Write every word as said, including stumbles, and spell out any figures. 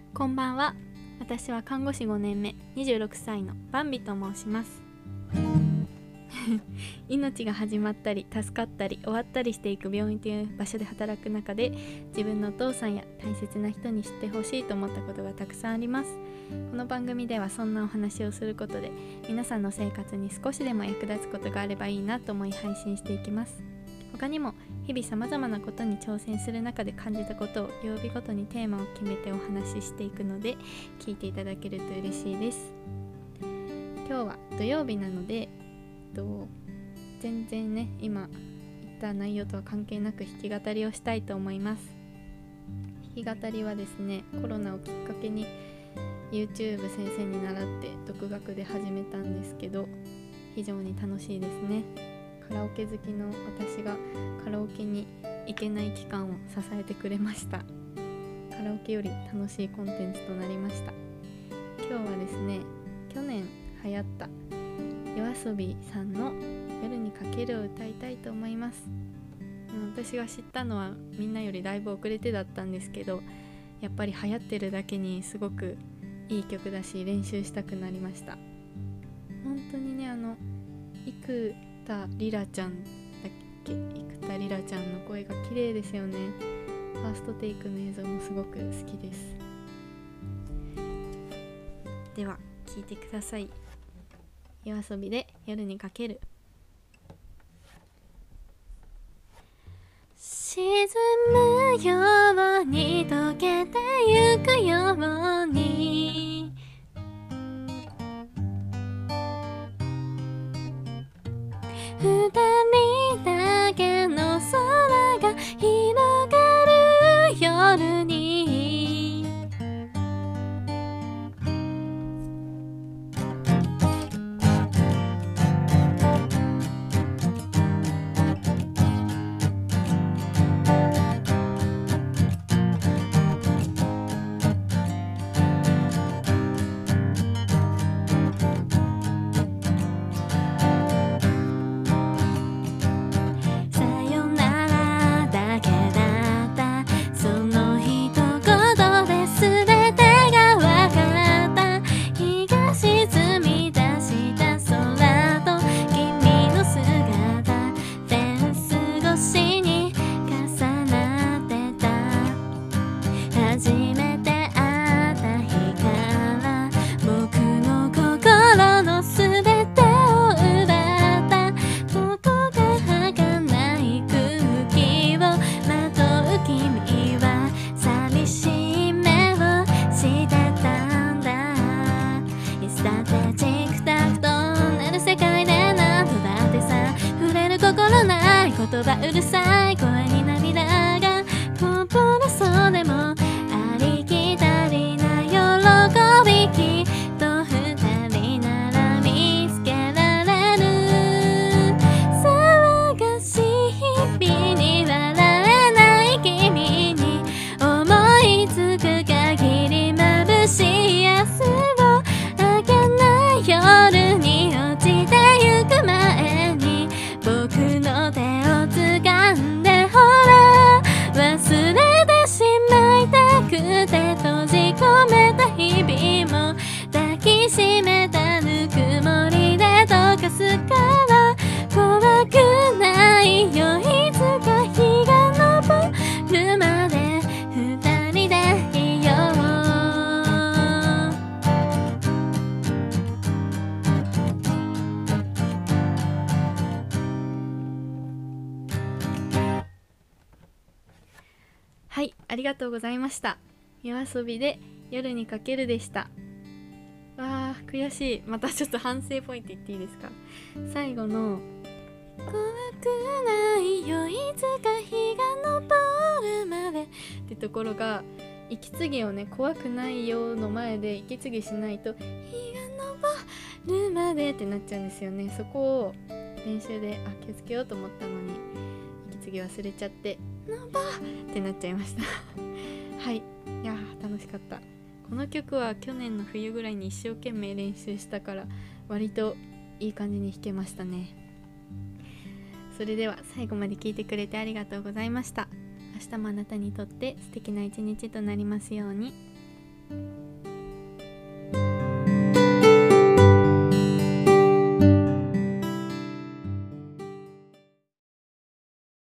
こんばんは。私は看護師ごねんめにじゅうろくさいのバンビと申します命が始まったり助かったり終わったりしていく病院という場所で働く中で、自分のお父さんや大切な人に知ってほしいと思ったことがたくさんあります。この番組ではそんなお話をすることで、皆さんの生活に少しでも役立つことがあればいいなと思い配信していきます。他にも日々さまざまなことに挑戦する中で感じたことを曜日ごとにテーマを決めてお話ししていくので、聞いていただけると嬉しいです。今日は土曜日なので、と全然ね今言った内容とは関係なく弾き語りをしたいと思います。弾き語りはですね、コロナをきっかけに YouTube 先生に習って独学で始めたんですけど、非常に楽しいですね。カラオケ好きの私がカラオケに行けない期間を支えてくれました。カラオケより楽しいコンテンツとなりました。今日はですね、去年流行ったYOASOBIさんの夜にかけるを歌いたいと思います。私が知ったのはみんなよりだいぶ遅れてだったんですけど、やっぱり流行ってるだけにすごくいい曲だし練習したくなりました。本当にね、あの生田リラちゃんだっけ生田リラちゃんの声が綺麗ですよね。ファーストテイクの映像もすごく好きです。では聴いてください。YOASOBIで夜にかける。沈むように溶けてゆくように、二人だけの空が広がる夜に、言葉うるさい声に涙がこぼれそうでも、ありきたりな喜びきっと二人なら見つけられる。騒がしい日々に笑えない君に思いつく限り眩しい明日を明けない夜に落ちてゆく前に、僕の手を掴んでほら忘れてしまいたくて閉じ込めた日々も抱きしめたぬくもりで溶かすから怖くないよ、いつか日が昇るまで二人でいよう。はい、ありがとうございました。YOASOBIで夜にかけるでした。わー悔しい。またちょっと反省ポイント言っていいですか。最後の怖くないよ、いつか日が昇るまでってところが、息継ぎをね、怖くないよの前で息継ぎしないと日が昇るまでってなっちゃうんですよね。そこを練習であ気をつけようと思ったのに息継ぎ忘れちゃってのばってなっちゃいましたはい、いやー楽しかった。この曲は去年の冬ぐらいに一生懸命練習したから割といい感じに弾けましたね。それでは最後まで聞いてくれてありがとうございました。明日もあなたにとって素敵な一日となりますように。